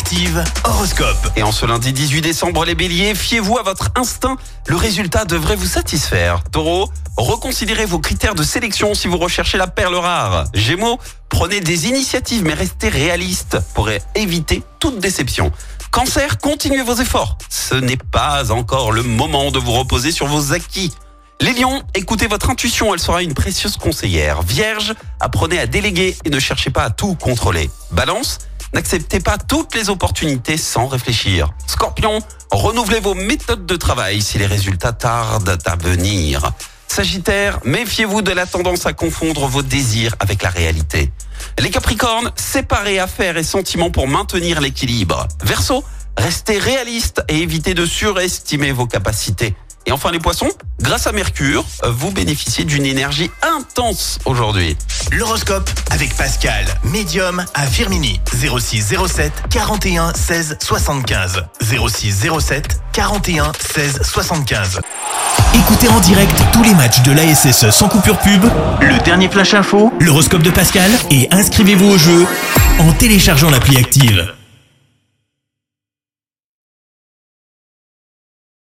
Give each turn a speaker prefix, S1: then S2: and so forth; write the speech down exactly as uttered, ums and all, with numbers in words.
S1: Active horoscope.
S2: Et en ce lundi dix-huit décembre, les béliers, fiez-vous à votre instinct. Le résultat devrait vous satisfaire. Taureau, reconsidérez vos critères de sélection si vous recherchez la perle rare. Gémeaux, prenez des initiatives mais restez réaliste pour éviter toute déception. Cancer, continuez vos efforts. Ce n'est pas encore le moment de vous reposer sur vos acquis. Les lions, écoutez votre intuition, elle sera une précieuse conseillère. Vierge, apprenez à déléguer et ne cherchez pas à tout contrôler. Balance, n'acceptez pas toutes les opportunités sans réfléchir. Scorpion, renouvelez vos méthodes de travail si les résultats tardent à venir. Sagittaire, méfiez-vous de la tendance à confondre vos désirs avec la réalité. Les Capricornes, séparez affaires et sentiments pour maintenir l'équilibre. Verseau, restez réaliste et évitez de surestimer vos capacités. Et enfin les poissons, grâce à Mercure, vous bénéficiez d'une énergie intense aujourd'hui.
S1: L'horoscope avec Pascal, médium à Firminy. zéro six zéro sept quarante et un seize soixante-quinze. zéro six zéro sept quarante et un seize soixante-quinze. Écoutez en direct tous les matchs de l'A S S E sans coupure pub, le dernier flash info, l'horoscope de Pascal et inscrivez-vous au jeu en téléchargeant l'appli Active.